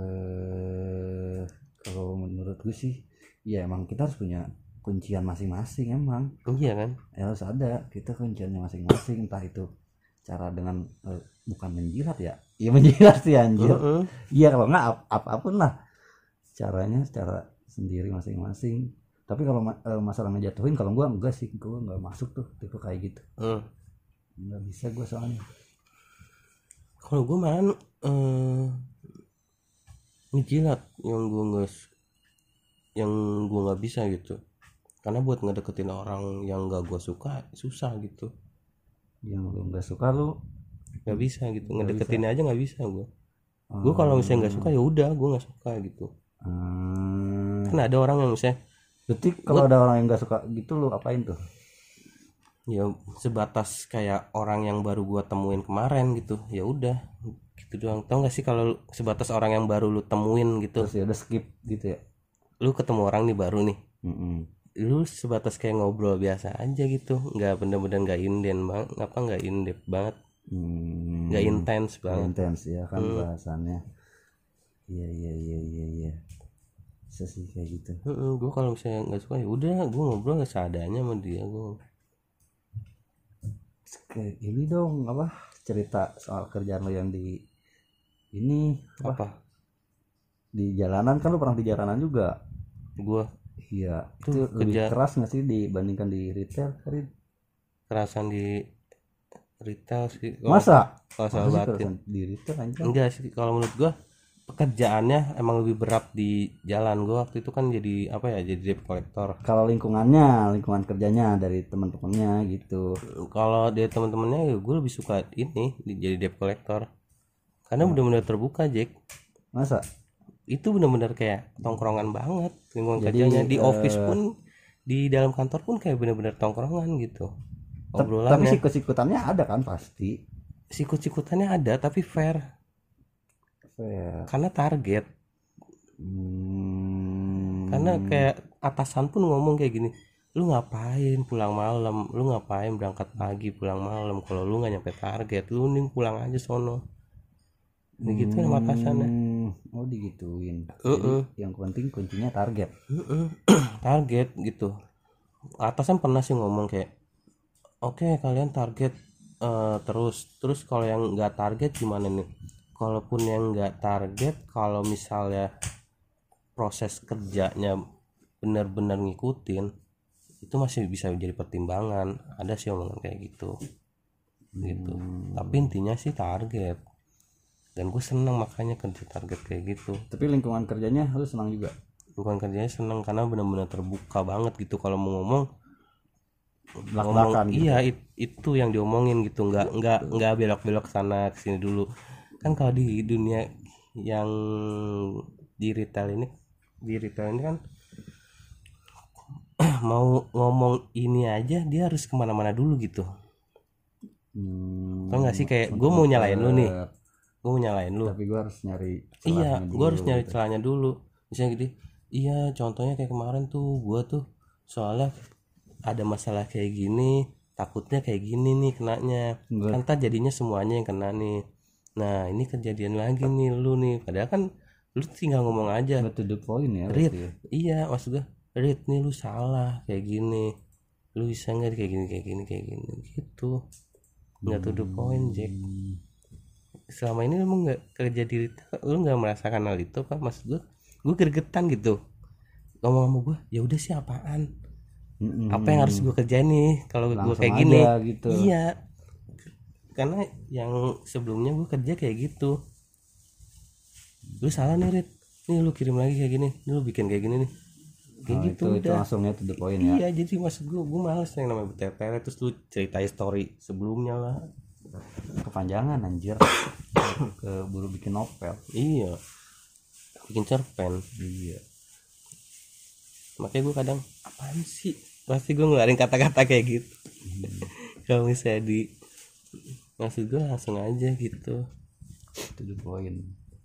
Kalau menurut gue sih ya emang kita harus punya kuncian masing-masing emang. Iya kan? Ya harus ada kita kunciannya masing-masing, entah itu cara dengan bukan menjilat ya. Iya menjilat sih anjir. Iya kalau nggak apapun lah caranya secara sendiri masing-masing. Tapi kalau masalah ngejatuhin, kalau gue enggak sih, gue nggak masuk tuh tipe kayak gitu. Nggak bisa gue soalnya. Kalau gue malah ngejilat yang gue nggak bisa gitu, karena buat ngedeketin orang yang nggak gue suka susah gitu. Yang lu nggak suka lu nggak bisa gitu, ngedeketin aja nggak bisa gue. Gue kalau misalnya nggak suka ya udah gue nggak suka gitu. Kan ada orang yang misalnya, berarti kalau ada orang yang nggak suka gitu lu apain tuh? Ya sebatas kayak orang yang baru gue temuin kemarin gitu, ya udah gitu doang. Tau nggak sih kalau sebatas orang yang baru lu temuin gitu, terus ya udah skip gitu ya. Lu ketemu orang nih baru nih, lu sebatas kayak ngobrol biasa aja gitu, nggak bener-bener nggak in-depth banget, nggak intens banget. Intens ya kan bahasannya. Iya bisa sih kayak gitu. Gue kalau misalnya nggak suka ya udah gue ngobrol nggak seadanya sama dia. Gue kayak ini dong apa cerita soal kerjaan lo yang di ini apa? Di jalanan kan, lo pernah di jalanan juga. Gue iya itu lebih keras nggak sih dibandingkan di retail? Kerasan di retail sih. Masa? Kalau soal batin di retail aja. enggak sih kalau menurut gue pekerjaannya emang lebih berat di jalan. Gue waktu itu kan jadi apa ya, jadi debt collector. Kalau lingkungan kerjanya dari teman-temannya gitu. Kalau dari teman-temannya ya gue lebih suka ini jadi debt collector karena benar-benar terbuka, Jack. Masa? Itu benar-benar kayak tongkrongan banget lingkungan Jadi, kerjanya. Di office pun, di dalam kantor pun kayak benar-benar tongkrongan gitu Tapi obrolannya. sikut-sikutannya ada kan pasti. Sikut-sikutannya ada tapi fair Fair. karena target. Karena kayak atasan pun ngomong kayak gini, lu ngapain pulang malam, lu ngapain berangkat pagi pulang malam, kalau lu nggak nyampe target lu mending pulang aja sono. Gitu sama atasannya. Oh digituin. Heeh. Jadi yang penting kuncinya target. Target gitu. Atasan pernah sih ngomong kayak, oke kalian target terus kalau yang nggak target gimana nih? Kalaupun yang nggak target, kalau misalnya proses kerjanya benar-benar ngikutin, itu masih bisa jadi pertimbangan. Ada sih omongan kayak gitu. Tapi intinya sih target. Dan gue seneng makanya kerja target kayak gitu. Tapi lingkungan kerjanya lu senang juga. Bukan kerjanya seneng karena benar-benar terbuka banget gitu. Kalau mau ngomong Belak-belakan gitu. iya itu yang diomongin gitu, nggak belok-belok sana kesini dulu. Kan kalau di dunia yang di retail ini kan mau ngomong ini aja dia harus kemana-mana dulu gitu. Tau nggak sih, kayak gue mau nyalain lu nih, gue mau nyalain lu, Tapi gue harus nyari iya celahnya gue harus dulu nyari gitu. celahnya dulu. Misalnya gitu, iya contohnya kayak kemarin tuh gue tuh soalnya ada masalah kayak gini, takutnya kayak gini nih kenanya, kan ntar jadinya semuanya yang kena nih. Nah ini kejadian lagi nih lu nih, padahal kan lu tinggal ngomong aja, Nggak to the point ya Rit, berarti ya. iya maksud gue, Rit nih lu salah kayak gini, lu bisa nggak kayak gini gitu. Nggak to the point, Jack. Selama ini lu nggak kerja di retail, lu nggak merasakan hal itu apa? Maksud gue gregetan gitu ngomong sama gue, ya udah sih apaan, apa yang harus gue kerjain nih kalau gue Langsung kayak gini aja gitu. iya, karena yang sebelumnya gue kerja kayak gitu, lu salah nih Rit, nih lu kirim lagi kayak gini, nih lu bikin kayak gini nih, kayak gitu itu udah. langsungnya to the point ya. Iya jadi maksud gue males yang namanya bertele-tele terus lu ceritain story sebelumnya lah. Kepanjangan anjir. Keburu bikin novel. Iya, bikin cerpen. Iya. Makanya gue kadang apaan sih, pasti gue ngeluarin kata-kata kayak gitu. Kalau misalnya maksud gue langsung aja gitu, To the point.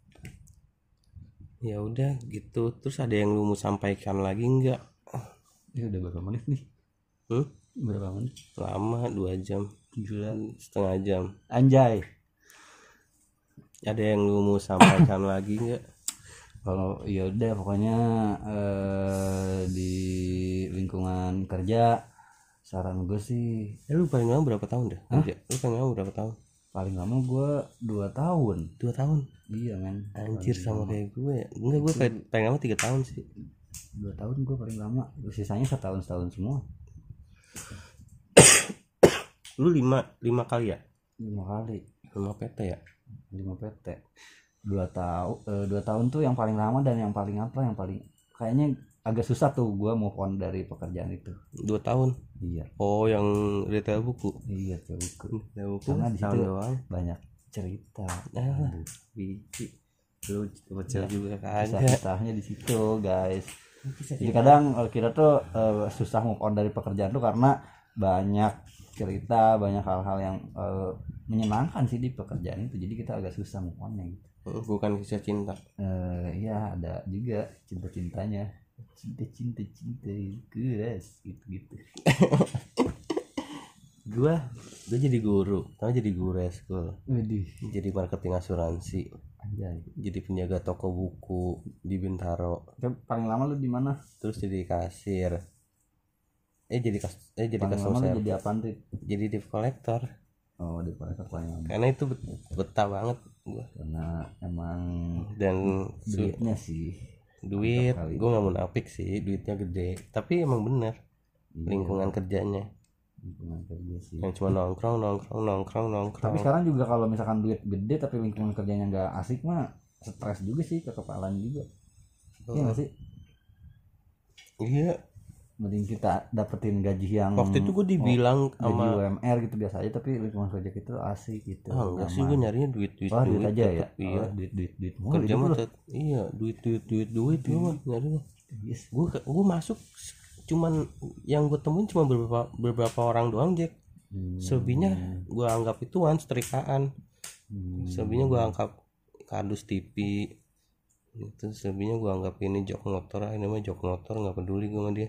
ya udah gitu. Terus ada yang lu mau sampaikan lagi nggak? Ini udah berapa menit nih? Berapa menit? Lama, 2 jam, Gila. setengah jam. Anjay. Ada yang lu mau sampaikan lagi nggak? Kalau ya udah pokoknya di lingkungan kerja saran gue sih Lu paling lama berapa tahun dah kerja? Lu paling lama berapa tahun? paling lama gue 2 tahun. 2 tahun. Iya men. Anjir sama kayak gue ya. Enggak, gue paling lama 3 tahun sih. 2 tahun gue paling lama. Sisanya setahun semua. Lu 5 kali ya? 5 kali. 5 PT ya? 5 PT. 2 tahun tuh yang paling lama dan yang paling kayaknya agak susah tuh gue move on dari pekerjaan itu. 2 tahun. Iya. Oh, yang retail buku. Iya tuh buku. Retail buku. Karena di tahun situ doang. banyak cerita. Biji. Lu kecil juga Kisah-kisahnya di situ guys. Jadi kadang kita tuh susah move on dari pekerjaan tuh karena banyak cerita, banyak hal-hal yang menyenangkan sih di pekerjaan itu. Jadi kita agak susah move on gitu. Bukan kisah cinta. Iya ada juga cinta-cintanya. Cinta keras gitu. Gue jadi guru. Tahu jadi guru eskul. Waduh, Jadi marketing asuransi. anjay. Jadi penjaga toko buku di Bintaro. Paling lama lu di mana? Terus jadi kasir. Jadi Paling customer lama lu service. jadi apaan tuh? Jadi debt collector. Oh, di Palembang paling lama. Karena itu betah banget gua. Karena emang Dan duitnya sih. duit gue nggak munafik sih, duitnya gede, tapi emang bener lingkungan kerjanya Lingkungan kerja sih. yang cuma nongkrong. Tapi sekarang juga kalau misalkan duit gede tapi lingkungan kerjanya nggak asik mah stres juga sih, kekepalan juga. Iya nggak sih? Iya. Mending kita dapetin gaji yang Waktu itu gue dibilang gaji sama UMR gitu biasa aja, tapi lingkungan kerja kita asik gitu. enggak sih, gue nyarinya duit Wah, duit aja ya. Iya. Duit Kerja mah iya duit gue mah nyarinya. Yes. Gue masuk cuman yang gue temuin cuma beberapa orang doang, Jack. Selebihnya gue anggap ituan setrikaan. Selebihnya gue anggap kardus TV itu. Selebihnya gue anggap ini jok motor. Ini mah jok motor, nggak peduli gue sama dia.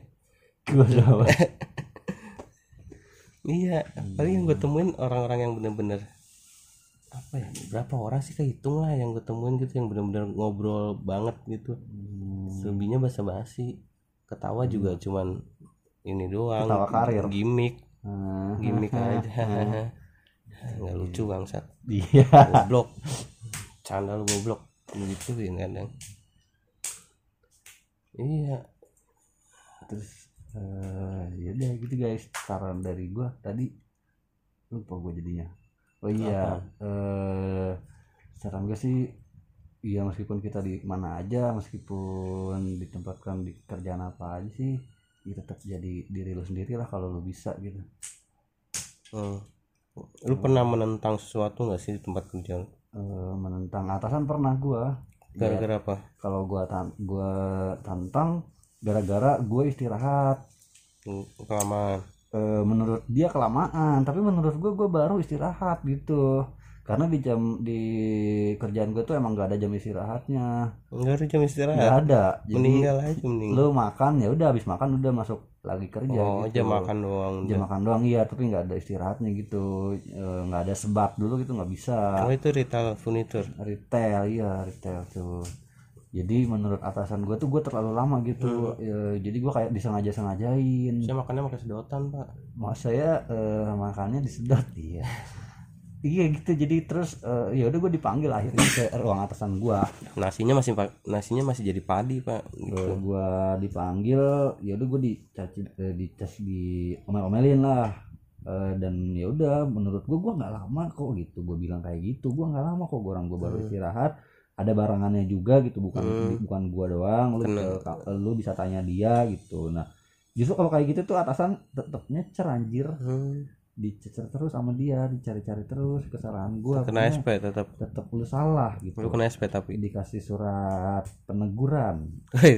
Iya, paling yang gue temuin orang-orang yang bener-bener apa ya, berapa orang sih kehitung lah yang gue temuin gitu, yang bener-bener ngobrol banget gitu. Selebihnya basa-basi, ketawa juga cuman ini doang, Ketawa karir. gimmick aja. Nggak lucu bangsat. Iya. Goblok, canda lu goblok gitu kadang. Iya. Terus ya udah gitu guys, saran dari gua tadi, lupa gua jadinya. Oh iya, saran gue sih, iya meskipun kita di mana aja, meskipun ditempatkan di kerjaan apa aja sih, ya tetap jadi diri lu sendiri lah kalau lu bisa gitu. Lu pernah menentang sesuatu nggak sih di tempat kerja? Menentang atasan pernah gua. Gara-gara apa? Kalau gua tantang gara-gara gue istirahat. Kelamaan. Menurut dia kelamaan, tapi menurut gue baru istirahat gitu. Karena di kerjaan gue tuh emang gak ada jam istirahatnya. Enggak ada jam istirahat. Gak ada. Jadi Meninggal aja meninggal. lu makan ya udah, habis makan udah masuk lagi kerja. Oh, gitu. jam makan doang. Jam makan doang, iya, tapi nggak ada istirahatnya gitu. Nggak ada sebat dulu gitu, nggak bisa. Oh, itu retail furniture. Retail, iya retail tuh. Jadi menurut atasan gue tuh gue terlalu lama gitu. Jadi gue kayak disengaja-sengajain. Saya makannya pakai sedotan, Pak. Saya makannya disedot. Iya. Iya gitu. Jadi terus ya udah gue dipanggil akhirnya ke ruang atasan gue. Nasinya masih jadi padi, Pak. Gitu. Gue dipanggil, ya udah gue diomel-omelin lah. Dan ya udah, menurut gue nggak lama kok gitu. Gue bilang kayak gitu, gue nggak lama kok, gue baru istirahat. Ada barangannya juga gitu, bukan gua doang, lu bisa tanya dia gitu. Nah justru kalau kayak gitu tuh atasan tetep nyecer anjir. Dicecer terus sama dia, dicari-cari terus kesalahan gua. Kena SP tetap lu salah gitu. lu kena SP tapi dikasih surat peneguran.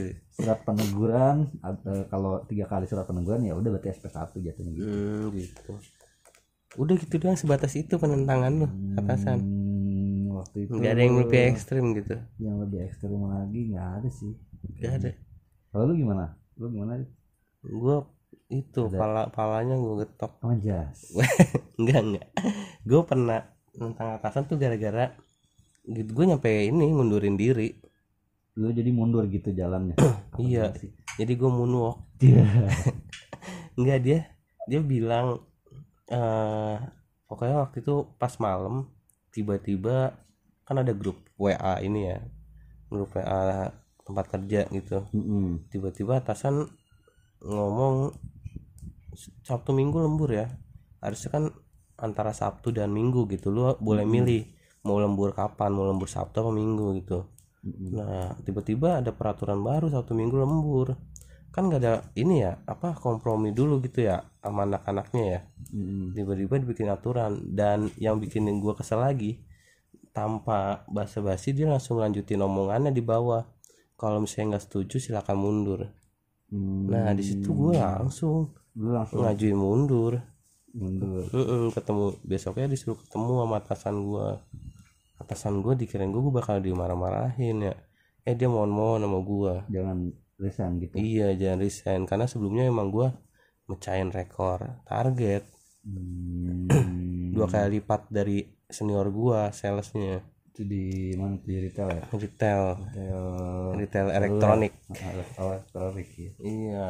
Kalau 3 kali surat peneguran ya udah berarti SP1 jatuhnya gitu. Gitu. Udah gitu doang, sebatas itu penentangan lu atasan. Waktu itu nggak ada yang lebih ekstrim gitu. Yang lebih ekstrim lagi nggak ada sih. Nggak ada. Kalau lu gimana? Gue itu palanya gue getok. Anjas. Enggak. Gue pernah tentang atasan tuh gara-gara gitu, gue nyampe ini ngundurin diri. Lu jadi mundur gitu jalannya. Iya. Jadi gue moonwalk. Enggak, dia bilang pokoknya waktu itu pas malam tiba-tiba kan ada grup WA ini ya, grup WA tempat kerja gitu. Tiba-tiba atasan ngomong Sabtu Minggu lembur ya, harusnya kan antara Sabtu dan Minggu gitu, lu boleh milih mau lembur kapan, mau lembur Sabtu apa Minggu gitu. Nah tiba-tiba ada peraturan baru Sabtu Minggu lembur, kan nggak ada ini ya, apa kompromi dulu gitu ya sama anak-anaknya ya. Tiba-tiba dibikin aturan, dan yang bikin gue kesel lagi, tanpa basa-basi dia langsung lanjutin omongannya di bawah, kalau misalnya nggak setuju silakan mundur. Nah di situ gue langsung ngajuin mundur. Ketemu besoknya, disuruh ketemu sama atasan gue dikirain gue bakal dimarah-marahin ya. Dia mohon sama gue jangan resign gitu. Iya, jangan resign, karena sebelumnya emang gue mecahin rekor target 2 kali lipat dari senior gua salesnya. Itu di mana, di retail ya? Retail elektronik. Elektronik ya. Iya.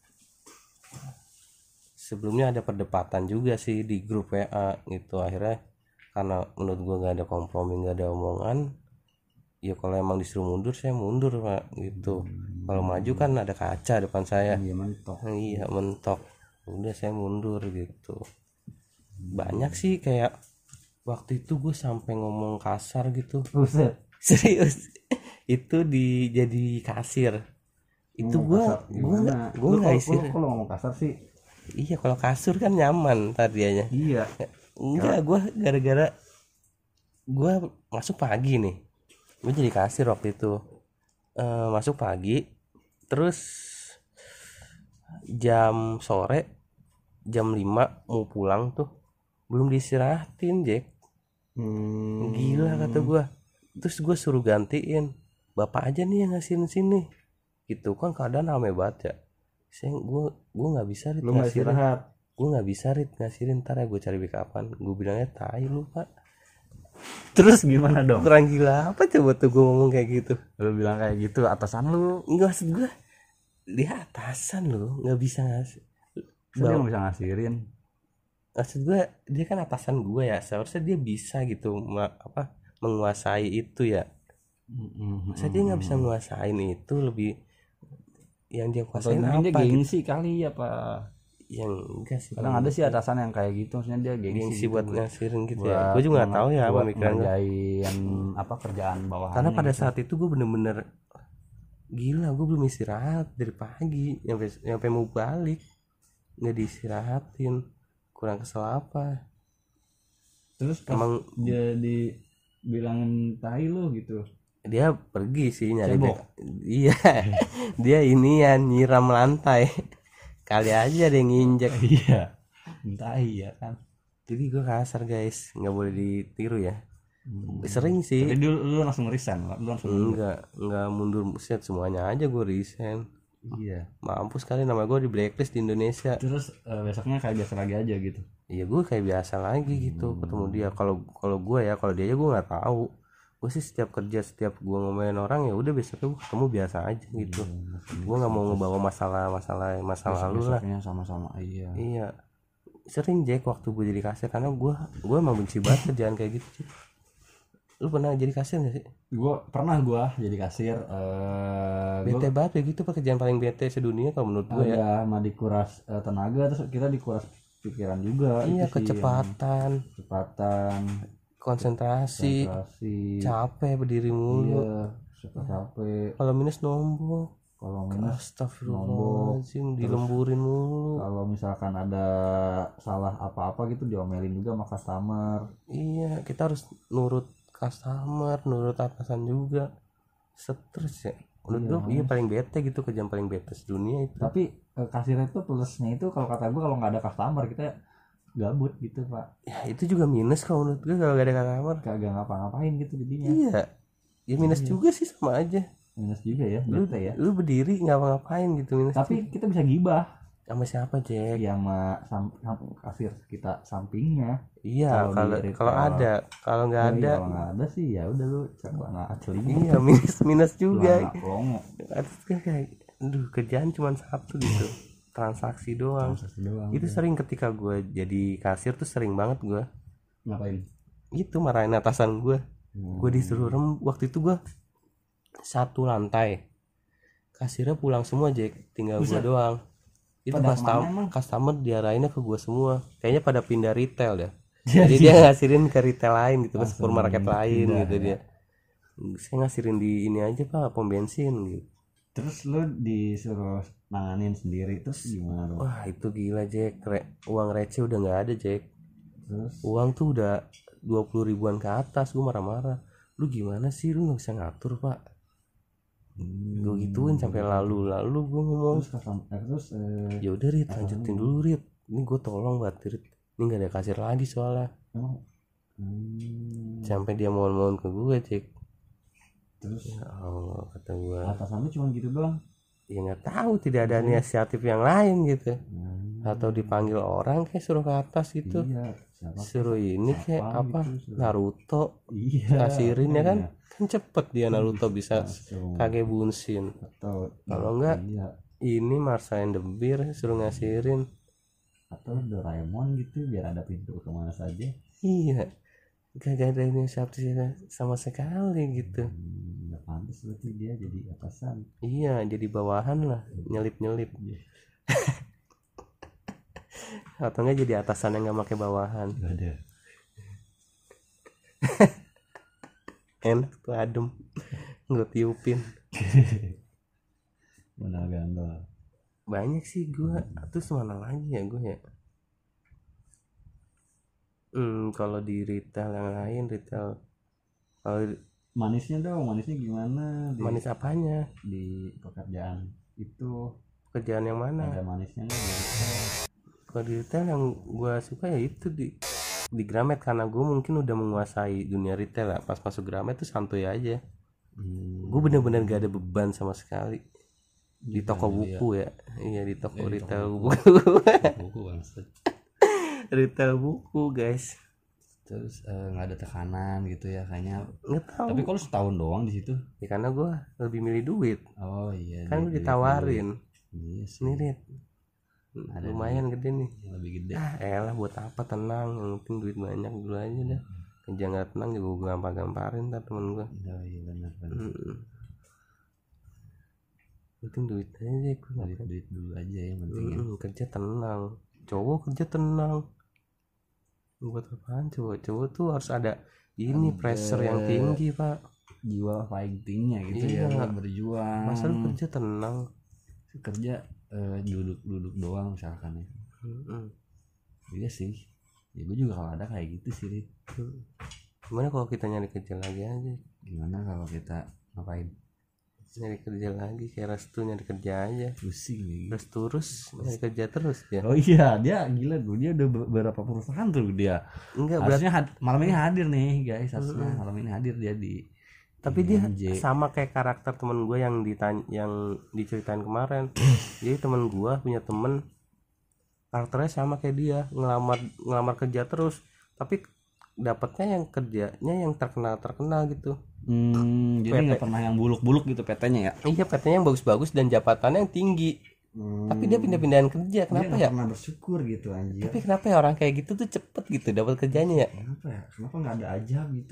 Sebelumnya ada perdebatan juga sih di grup WA gitu, akhirnya karena menurut gua nggak ada kompromi, nggak ada omongan, ya kalau emang disuruh mundur saya mundur Pak gitu. Kalau maju kan ada kaca depan saya. Iya mentok. Udah saya mundur gitu. Banyak sih kayak waktu itu gue sampai ngomong kasar gitu. Buset. Serius. Itu jadi kasir. Itu Ngomong gua kasar gimana? gua Lu nggak kalau istirahat. kalau ngomong kasar sih, Iya, kalau kasur kan nyaman tadinya. iya. Enggak, gua gara-gara gua masuk pagi nih. Gua jadi kasir waktu itu. Masuk pagi, terus jam sore, jam 5 mau pulang tuh belum diistirahatin, Jack. Gila kata gua. Terus gua suruh gantiin. Bapak aja nih yang ngasihin sini. Gitu kan keadaan rame banget ya. Gua nggak bisa Rit, Lu nggak ngasihin. istirahat. Gue nggak bisa Rit ngasihin, ntar ya gue cari backupan. Gue bilangnya tai lu pak. Terus Gimana dong? kurang gila apa coba tuh gue ngomong kayak gitu. Lu bilang kayak gitu atasan lu. Enggak, maksud gue dia atasan lo nggak bisa ngasih. Dia nggak bisa ngasihin. Maksud gue dia kan atasan gue ya, seharusnya dia bisa gitu menguasai itu ya. Masa dia nggak bisa menguasain itu, lebih yang dia Atau kuasain mungkin dia apa gitu. gengsi kali ya pak. Yang enggak sih, Kadang ada sih atasan yang kayak gitu, maksudnya dia gengsi gitu buat ngasihin gitu ya. Gue juga nggak tahu ya buat pemikiran gue. ngerjain apa kerjaan bawahannya. Karena pada gitu. saat itu gue bener-bener gila, gue belum istirahat dari pagi sampai mau balik nggak diistirahatin. Kurang kesel apa. Terus pas Emang dia dibilangin tai lu gitu. dia pergi sih nyari Cebok. Iya. Dia ini ya nyiram lantai. Kali aja dia nginjek. Iya. Tai ya kan. Jadi gue kasar guys, nggak boleh ditiru ya. Sering sih. Tapi lu langsung resign, lu langsung Enggak mundur, set semuanya aja gue resign. Iya. Mampus kali, nama gue di blacklist di Indonesia. Terus besoknya kayak biasa lagi aja gitu. Iya, gue kayak biasa lagi gitu ketemu dia. Kalau gue ya, kalau dia aja gue nggak tahu. Gue sih setiap kerja, setiap gue ngomelin orang ya udah besoknya gue ketemu biasa aja gitu. Gue nggak mau ngebawa masalah lalu lah. Besoknya sama-sama. Iya. Iya, sering Jack waktu gue jadi kasir, karena gue emang benci banget kerjaan kayak gitu Jack. Lu pernah jadi kasir gak sih? Pernah jadi kasir. Bete banget kayak gitu, pekerjaan paling bete sedunia kalau menurut gue ya. Ada mah dikuras tenaga, terus kita dikuras pikiran juga. Iya, itu sih kecepatan, konsentrasi, capek berdiri mulu. Iya, suka capek. Kalau minus nombok. Kalau minus Astagfirullahaladzim, dilemburin mulu. kalau misalkan ada salah apa-apa gitu diomelin juga sama customer. Iya, kita harus nurut customer, nurut atasan juga. Stres ya. Menurut gue iya paling bete gitu, kerjaan paling bete sedunia itu. Tapi kasirnya itu plusnya itu kalau kata gue, kalau nggak ada customer kita gabut gitu pak. Ya itu juga minus kalau menurut gue, kalau gak ada customer. Kagak ngapa-ngapain gitu jadinya. Iya, ya minus juga sih, sama aja. Minus juga ya, bete ya. Lu berdiri ngapa-ngapain gitu minus. Tapi kita bisa gibah sama siapa Jack? ya, sama kasir kita sampingnya. Iya, kalau ada, kalau nggak ada. Kalau nggak ada sih ya udah lu coba nggak asli. Iya, minus juga. Longo. Kayak, aduh, kerjaan cuma satu gitu, transaksi doang. Itu sering ketika gue jadi kasir tuh sering banget gue. Ngapain? Itu marahin atasan gue. Gue disuruh waktu itu gue satu lantai, kasirnya pulang semua Jack, tinggal gue doang. Itu customer diarahinnya ke gue semua, kayaknya pada pindah retail ya. Jadi dia ngasirin ke retail lain gitu, ke supermarket lain gitu dia. Saya ngasirin di ini aja pak, pom bensin gitu. Terus lu disuruh nanganin sendiri, terus gimana? Wah itu gila Jack, uang receh udah nggak ada Jack. Terus uang tuh udah 20 ribuan ke atas. Gue marah-marah, lu gimana sih, lu nggak bisa ngatur pak. Gue gituin sampai lalu gue ngomong, ya udah Rit, lanjutin dulu Rit, ini gue tolong banget Rit, ini nggak ada kasir lagi soalnya. Sampai dia mohon-mohon ke gue Cek. Terus ya Allah, kata gue, atasannya cuma gitu doang. Ya nggak tahu, tidak ada inisiatif yang lain gitu. Atau dipanggil orang kayak suruh ke atas gitu. Iya, suruh ini kayak apa gitu, Naruto kasirin ya kan. Kan cepet dia Naruto bisa kage bunsin. Kalau enggak ini Marsa and the Beer suruh ngasirin, atau Doraemon gitu biar ada pintu kemana saja. Iya, gak ada inisiatif sama sekali gitu. Nggak pantas berarti dia jadi atasan. Iya, jadi bawahan lah, nyelip-nyelip. Atau enggak jadi atasan yang nggak pakai bawahan. Gak ada. enak tuh, adem, gue tiupin. Modal gandol. Banyak sih gue. Terus mana lagi ya gue ya? Kalau di retail yang lain, retail kalau Manisnya dong, manisnya gimana manis apanya? di pekerjaan itu? Kerjaan yang mana? Ada manisnya nggak? Kalau di retail yang gue suka ya itu di Gramet, karena gue mungkin udah menguasai dunia retail lah. Pas masuk Gramet tuh santuy aja. Gue bener-bener gak ada beban sama sekali di toko buku ya. Iya, di toko retail buku. Buku bangsat. Retail buku guys. Terus nggak ada tekanan gitu ya kayaknya. Nggak tahu. Tapi kalau setahun doang di situ. Ya karena gue lebih milih duit. Oh iya. Kan gue ditawarin. Iya sih. Nih Rit, lumayan gede nih. Yang lebih gede. Elah buat apa, tenang, yang penting duit banyak dulu aja dah. Kerja nggak tenang juga gue gampar-gamparin ntar temen gue. Oh iya benar. Penting duit aja, gue Duit dulu aja yang penting. kerja tenang, cowok kerja tenang. Buat apaan cowok tuh harus ada ini pressure yang tinggi pak, jiwa fightingnya gitu ya, berjuang. masa lu kerja tenang? Kerja duduk doang misalkan ya. Iya sih ya, gue juga kalau ada kayak gitu sih. Gimana kalau kita nyari kerja lagi aja? Gimana kalau kita ngapain? Nyari kerja lagi kayak Restu, nyari kerja aja. Pusing nih. Terus nyari kerja terus ya. Oh iya, dia gila tuh, dia udah beberapa perusahaan tuh dia. Enggak, harusnya malam ini hadir nih guys, harusnya malam ini hadir dia di. Tapi dia sama kayak karakter temen gue yang diceritain kemarin. Jadi temen gue punya temen karakternya sama kayak dia, ngelamar kerja terus, tapi dapatnya yang kerjanya yang terkenal gitu. Jadi nggak pernah yang buluk-buluk gitu PT-nya ya? Iya, PT-nya yang bagus-bagus dan jabatannya yang tinggi. Tapi dia pindah-pindahan kerja, kenapa dia ya? Pernah bersyukur gitu anjir. Tapi kenapa ya orang kayak gitu tuh cepet gitu dapat kerjanya ya? Kenapa ya? Kenapa nggak ada aja gitu?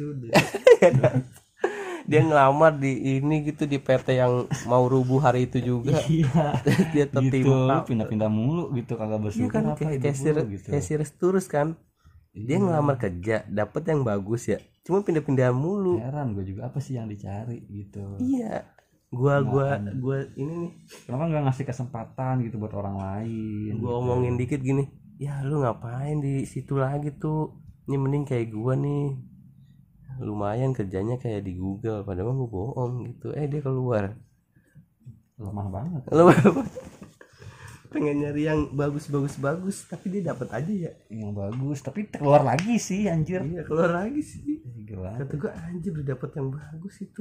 Dia ngelamar di ini gitu, di PT yang mau rubuh hari itu juga. Iya. Dia tertimpa gitu, pindah-pindah mulu gitu, kagak bersyukur. Iya kan, kayak kasir terus kan. Dia ngelamar kerja dapat yang bagus ya, cuma pindah-pindah mulu. Heran gue juga, apa sih yang dicari gitu. Iya, gua ini nih, kenapa nggak ngasih kesempatan gitu buat orang lain? Gua gitu. omongin dikit gini, ya lu ngapain di situ lagi tuh, ini mending kayak gua nih, lumayan kerjanya kayak di Google. Padahal gua bohong gitu. Dia keluar. Lemah banget. Pengen nyari yang bagus, tapi dia dapat aja ya yang bagus, tapi keluar lagi sih anjir. Iya, keluar lagi sih. Gila. Kata gue anjir udah dapat yang bagus itu.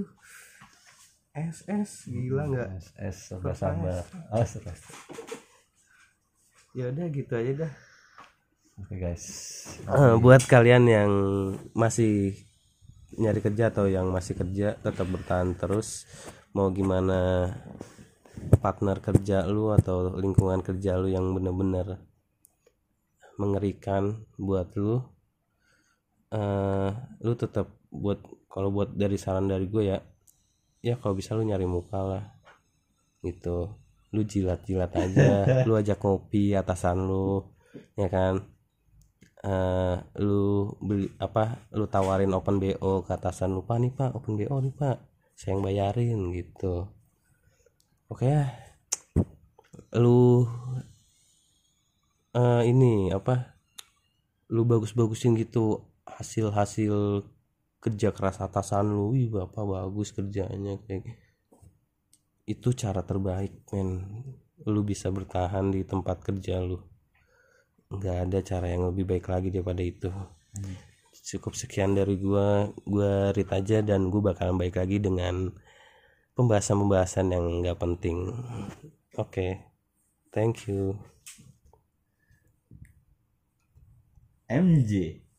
SS gila nggak? SS sabar. Oh, Ya udah gitu aja dah. Oke guys. Buat kalian yang masih nyari kerja atau yang masih kerja, tetap bertahan terus. Mau gimana partner kerja lu atau lingkungan kerja lu yang bener-bener mengerikan buat lu, lu tetap kalau buat dari saran dari gue ya kalau bisa lu nyari muka lah gitu. Lu jilat-jilat aja. Lu ajak ngopi atasan lu ya kan. Lu beli lu tawarin open BO ke atasan lu, Pak nih Pak, open BO nih Pak, saya yang bayarin gitu. Oke ya, lu lu bagus-bagusin gitu hasil kerja keras atasan lu. Wih bapak bagus kerjanya, kayak itu cara terbaik men, lu bisa bertahan di tempat kerja lu. Nggak ada cara yang lebih baik lagi daripada itu. Cukup sekian dari gua Rit aja, dan gua bakalan balik lagi dengan pembahasan yang nggak penting. Oke. Thank you. MJ